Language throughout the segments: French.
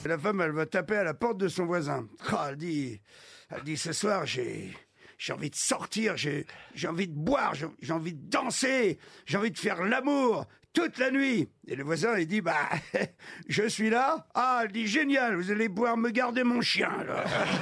La femme, elle va taper à la porte de son voisin. Elle dit, ce soir, j'ai envie de sortir, j'ai envie de boire, j'ai envie de danser, j'ai envie de faire l'amour toute la nuit. Et le voisin, il dit, je suis là. Ah, elle dit, génial, vous allez pouvoir me garder mon chien, alors.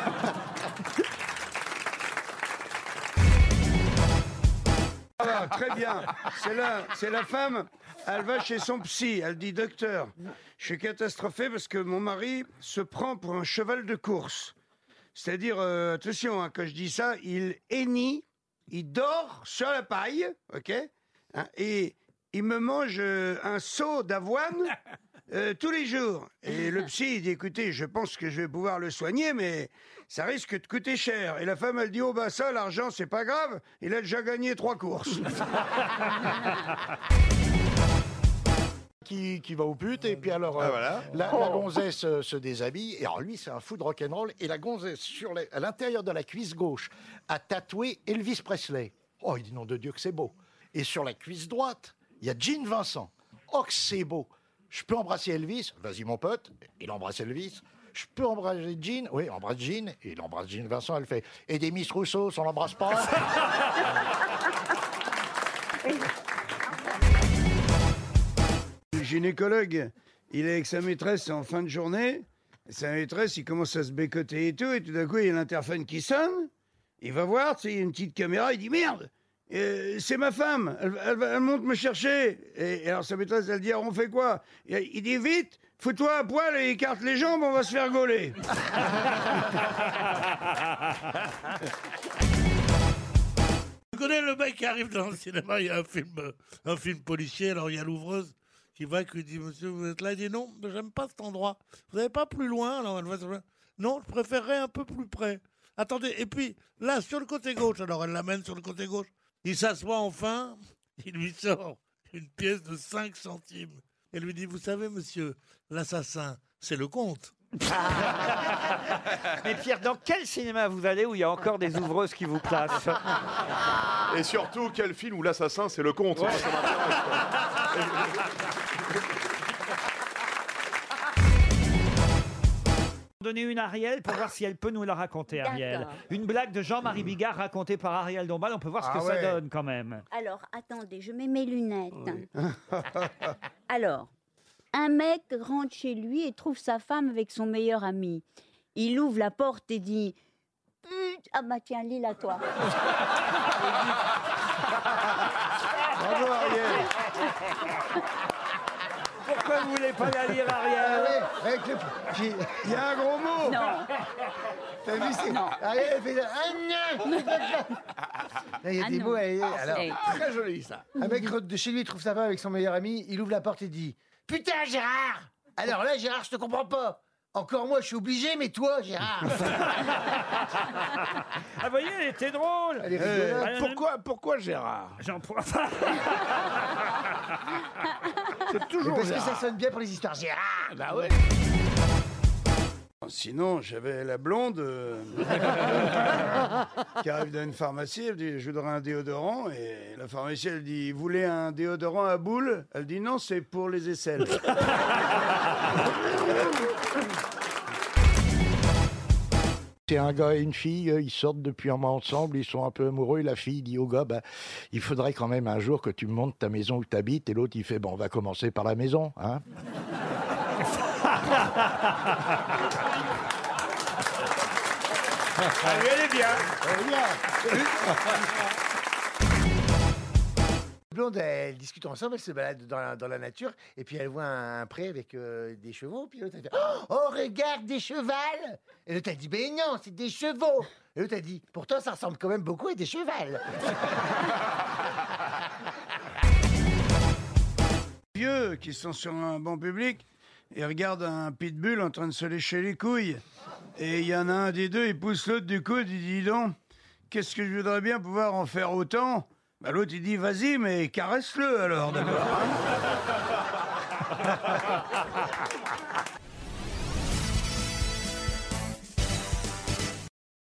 Ah, très bien. C'est la femme, elle va chez son psy. Elle dit, docteur, je suis catastrophée parce que mon mari se prend pour un cheval de course. C'est-à-dire, attention, hein, quand je dis ça, il hennit, il dort sur la paille, ok, hein, et il me mange un seau d'avoine tous les jours. Et le psy, il dit, écoutez, je pense que je vais pouvoir le soigner, mais ça risque de coûter cher. Et la femme, elle dit, oh bah ça, l'argent, c'est pas grave, il a déjà gagné 3 courses. Qui va aux putes, et puis alors voilà. la gonzesse se déshabille, et alors lui c'est un fou de rock'n'roll, et la gonzesse à l'intérieur de la cuisse gauche a tatoué Elvis Presley. Oh, il dit nom de Dieu que c'est beau. Et sur la cuisse droite, il y a Gene Vincent. Oh que c'est beau. Je peux embrasser Elvis? Vas-y mon pote. Il embrasse Elvis. Je peux embrasser Gene? Oui, embrasse Gene. Et il embrasse Gene Vincent, elle fait. Et des Miss Rousseau, on l'embrasse pas? Le gynécologue, il est avec sa maîtresse en fin de journée. Et sa maîtresse, il commence à se bécoter et tout. Et tout d'un coup, il y a l'interphone qui sonne. Il va voir, tu sais, il y a une petite caméra. Il dit, merde, c'est ma femme. Elle monte me chercher. Et alors sa maîtresse, elle dit, alors on fait quoi? Il dit, vite, fous-toi à poil et écarte les jambes, on va se faire gauler. Tu connais le mec qui arrive dans le cinéma, il y a un film policier, alors il y a l'ouvreuse qui va, qui lui dit, monsieur, vous êtes là? Il dit, non, j'aime pas cet endroit. Vous n'avez pas plus loin? Alors elle va se dire, non, je préférerais un peu plus près. Attendez, et puis là, sur le côté gauche, alors elle l'amène sur le côté gauche. Il s'assoit enfin, il lui sort une pièce de 5 centimes. Elle lui dit, vous savez, monsieur, l'assassin, c'est le comte. Mais Pierre, dans quel cinéma vous allez où il y a encore des ouvreuses qui vous placent? Et surtout, quel film où l'assassin, c'est le comte. Ouais. Ça m'intéresse, quoi. Donner une à Ariel pour voir si elle peut nous la raconter, Ariel. Une blague de Jean-Marie Bigard racontée par Ariel Dombal. On peut voir ce que ça donne quand même. Alors, attendez, je mets mes lunettes. Oui. Alors, un mec rentre chez lui et trouve sa femme avec son meilleur ami. Il ouvre la porte et dit... Ah bah tiens, lis à toi. Bravo, Ariel. Pourquoi vous voulez pas la lire, Ariel? Il y a un gros mot. Non. T'as vu, c'est... Ariel, elle fait... Là, il y a des mots. Alors, Très joli ça. un mec rentre de chez lui, il trouve sa femme avec son meilleur ami, il ouvre la porte et dit « Putain, Gérard !» Alors là, Gérard, je te comprends pas. Encore moi, je suis obligé, mais toi, Gérard. Ah, vous voyez, elle était drôle. Elle est rigolote. Pourquoi Gérard? C'est toujours parce que ça sonne bien pour les histoires. Gérard. Bah ouais. Sinon, j'avais la blonde qui arrive dans une pharmacie, elle dit, je voudrais un déodorant. Et la pharmacienne, elle dit, vous voulez un déodorant à boule? Elle dit, non, c'est pour les aisselles. C'est un gars et une fille, ils sortent depuis un mois ensemble, ils sont un peu amoureux, et la fille dit au gars, il faudrait quand même un jour que tu me montres ta maison où tu habites, et l'autre il fait, on va commencer par la maison, hein. Allez, elle est bien. Les blondes, elles discutent ensemble, elles se baladent dans la nature, et puis elles voient un pré avec des chevaux, puis l'autre elle fait « Oh, regarde, des chevals !» Et l'autre elle dit « Ben non, c'est des chevaux !» Et l'autre elle dit « Pourtant, ça ressemble quand même beaucoup à des chevals !» Vieux qui sont sur un banc public, ils regardent un pitbull en train de se lécher les couilles. Et il y en a un des deux, il pousse l'autre du coude, il dit, dis donc, qu'est-ce que je voudrais bien pouvoir en faire autant? Bah, l'autre, il dit, vas-y, mais caresse-le alors, d'abord. Hein.